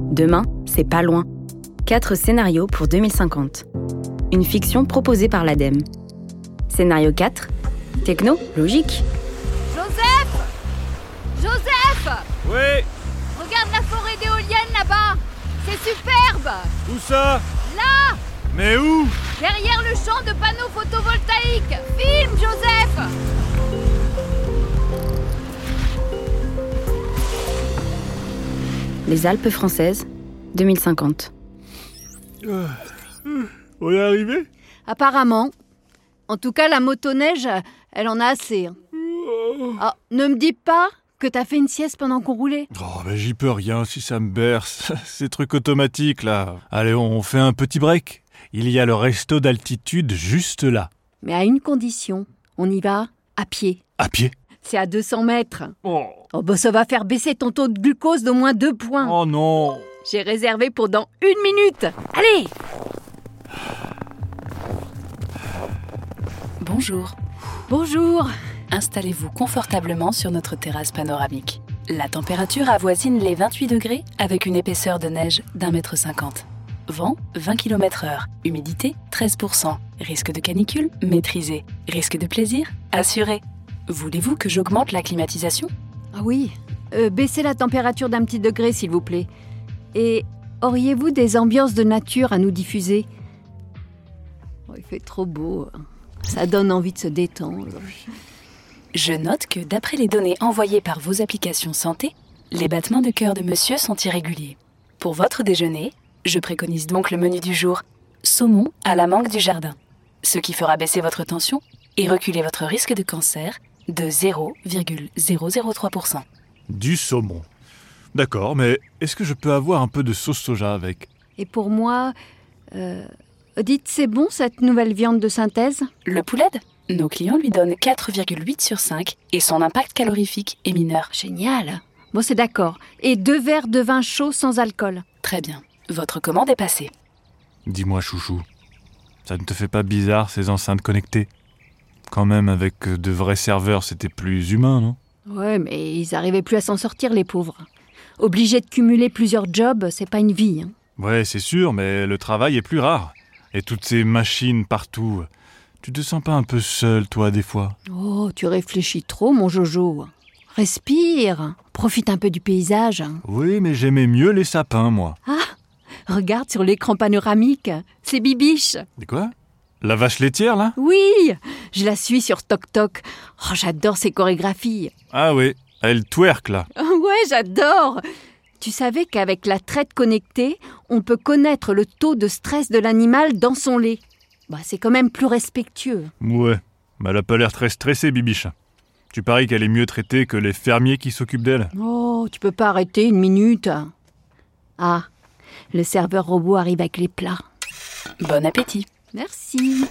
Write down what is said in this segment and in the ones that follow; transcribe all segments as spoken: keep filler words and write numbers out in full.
Demain, c'est pas loin. Quatre scénarios pour deux mille cinquante. Une fiction proposée par l'ADEME. Scénario quatre. Techno, logique. Joseph Joseph Oui. Regarde la forêt d'éoliennes là-bas. C'est superbe. Où ça? Là, Mais où? derrière le champ de panneaux photovoltaïques. Filme, Joseph. Les Alpes françaises, deux mille cinquante. On est arrivé? Apparemment. En tout cas, la motoneige, elle en a assez. Ah, ne me dis pas que t'as fait une sieste pendant qu'on roulait. Oh, mais j'y peux rien si ça me berce. Ces trucs automatiques, là. Allez, on fait un petit break. Il y a le resto d'altitude juste là. Mais à une condition. On y va à pied. À pied? C'est à deux cents mètres. Oh, Oh bah ça va faire baisser ton taux de glucose d'au moins deux points. oh non. J'ai réservé pour dans une minute. Allez! Bonjour. Bonjour. Installez-vous confortablement sur notre terrasse panoramique. La température avoisine les vingt-huit degrés avec une épaisseur de neige d'un mètre cinquante. Vent, vingt kilomètres heure. Humidité, treize pour cent. Risque de canicule, maîtrisé. Risque de plaisir, assuré. Voulez-vous que j'augmente la climatisation ? Ah oui, euh, baissez la température d'un petit degré s'il vous plaît. Et auriez-vous des ambiances de nature à nous diffuser ? Oh, il fait trop beau. Ça donne envie de se détendre. Je note que d'après les données envoyées par vos applications santé, les battements de cœur de monsieur sont irréguliers. Pour votre déjeuner, je préconise donc le menu du jour, saumon à la mangue du jardin, ce qui fera baisser votre tension et reculer votre risque de cancer de zéro virgule zéro zéro trois pour cent. Du saumon. D'accord, mais est-ce que je peux avoir un peu de sauce soja avec? Et pour moi, euh, dites c'est bon cette nouvelle viande de synthèse ? Le pouled ? Nos clients lui donnent quatre virgule huit sur cinq et son impact calorifique est mineur. Génial. Bon c'est d'accord. Et deux verres de vin chaud sans alcool. Très bien. Votre commande est passée. Dis-moi, chouchou, ça ne te fait pas bizarre ces enceintes connectées? Quand même, avec de vrais serveurs, c'était plus humain, non? Ouais, mais ils arrivaient plus à s'en sortir, les pauvres. Obligés de cumuler plusieurs jobs, c'est pas une vie. Hein. Ouais, c'est sûr, mais le travail est plus rare. Et toutes ces machines partout. Tu te sens pas un peu seul, toi, des fois? Oh, tu réfléchis trop, mon Jojo. Respire, profite un peu du paysage. Oui, mais j'aimais mieux les sapins, moi. Ah, regarde sur l'écran panoramique, c'est Bibiche. Et quoi? La vache laitière, là? Oui, je la suis sur TokTok. Oh, j'adore ses chorégraphies. Ah oui, elle twerk, là. Ouais, j'adore. Tu savais qu'avec la traite connectée, on peut connaître le taux de stress de l'animal dans son lait. Bah, c'est quand même plus respectueux. Ouais, mais elle a pas l'air très stressée, Bibiche. Tu paries qu'elle est mieux traitée que les fermiers qui s'occupent d'elle? Oh, tu peux pas arrêter une minute. Ah, le serveur robot arrive avec les plats. Bon appétit. Merci.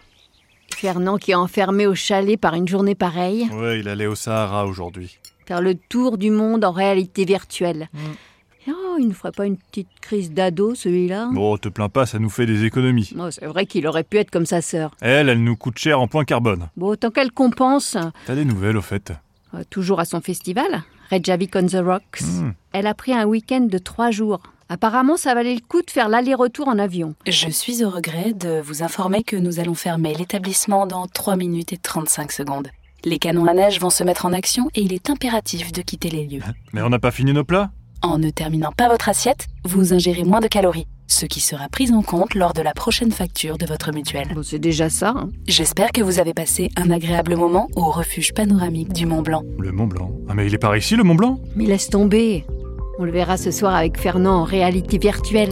Fernand qui est enfermé au chalet par une journée pareille. Ouais, il allait au Sahara aujourd'hui. Faire le tour du monde en réalité virtuelle. Mm. Oh, il ne ferait pas une petite crise d'ado, celui-là? Bon, te plains pas, ça nous fait des économies. Oh, c'est vrai qu'il aurait pu être comme sa sœur. Elle, elle nous coûte cher en points carbone. Bon, tant qu'elle compense. T'as des nouvelles, au fait? Euh, toujours à son festival, Reykjavik on the Rocks. Mm. Elle a pris un week-end de trois jours. Apparemment, ça valait le coup de faire l'aller-retour en avion. Je suis au regret de vous informer que nous allons fermer l'établissement dans trois minutes et trente-cinq secondes. Les canons à neige vont se mettre en action et il est impératif de quitter les lieux. Mais on n'a pas fini nos plats? En ne terminant pas votre assiette, vous ingérez moins de calories, ce qui sera pris en compte lors de la prochaine facture de votre mutuelle. Bon, c'est déjà ça. Hein. J'espère que vous avez passé un agréable moment au refuge panoramique du Mont Blanc. Le Mont Blanc? Ah mais il est par ici, le Mont Blanc? Mais laisse tomber. On le verra ce soir avec Fernand en réalité virtuelle.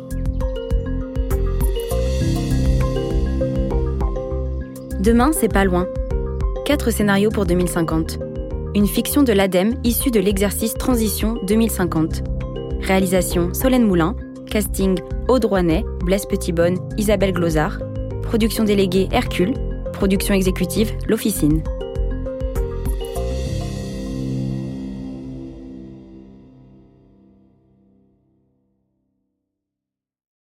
Demain, c'est pas loin. Quatre scénarios pour deux mille cinquante. Une fiction de l'ADEME issue de l'exercice Transition deux mille cinquante. Réalisation Solène Moulin. Casting Aude Rouanet, Blaise Petitbonne, Isabelle Glozard. Production déléguée Hercule. Production exécutive L'Officine.